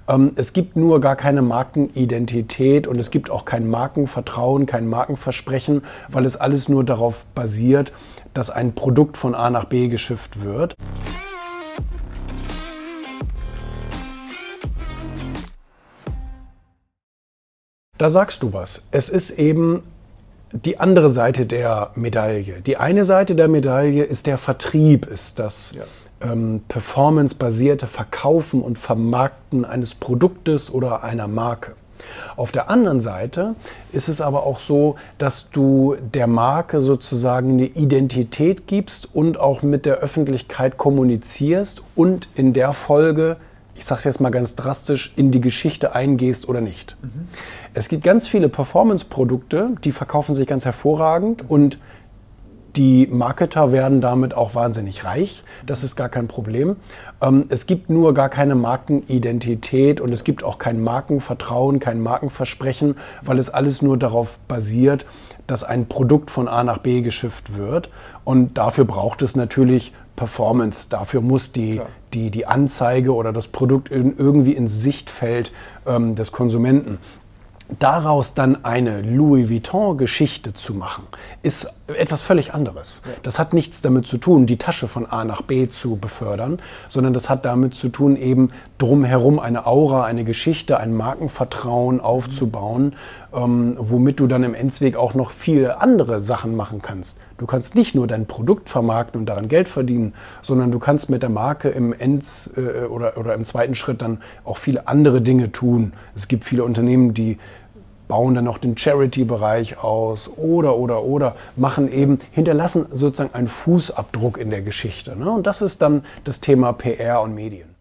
Es gibt nur gar keine Markenidentität und es gibt auch kein Markenvertrauen, kein Markenversprechen, weil es alles nur darauf basiert, dass ein Produkt von A nach B geschifft wird. Da sagst du was. Es ist eben die andere Seite der Medaille. Die eine Seite der Medaille ist der Vertrieb, ist das performancebasierte Verkaufen und Vermarkten eines Produktes oder einer Marke. Auf der anderen Seite ist es aber auch so, dass du der Marke sozusagen eine Identität gibst und auch mit der Öffentlichkeit kommunizierst und in der Folge, ich sage es jetzt mal ganz drastisch, in die Geschichte eingehst oder nicht. Es gibt ganz viele Performance-Produkte, die verkaufen sich ganz hervorragend und die Marketer werden damit auch wahnsinnig reich. Das ist gar kein Problem. Es gibt nur gar keine Markenidentität und es gibt auch kein Markenvertrauen, kein Markenversprechen, weil es alles nur darauf basiert, dass ein Produkt von A nach B geschifft wird. Und dafür braucht es natürlich Performance. Dafür muss die Anzeige oder das Produkt irgendwie ins Sichtfeld des Konsumenten. Daraus dann eine Louis Vuitton-Geschichte zu machen, ist etwas völlig anderes. Ja. Das hat nichts damit zu tun, die Tasche von A nach B zu befördern, sondern das hat damit zu tun, eben drumherum eine Aura, eine Geschichte, ein Markenvertrauen aufzubauen, womit du dann im Endzweg auch noch viele andere Sachen machen kannst. Du kannst nicht nur dein Produkt vermarkten und daran Geld verdienen, sondern du kannst mit der Marke im oder im zweiten Schritt dann auch viele andere Dinge tun. Es gibt viele Unternehmen, die bauen dann noch den Charity-Bereich aus oder machen eben, hinterlassen sozusagen einen Fußabdruck in der Geschichte. Ne? Und das ist dann das Thema PR und Medien.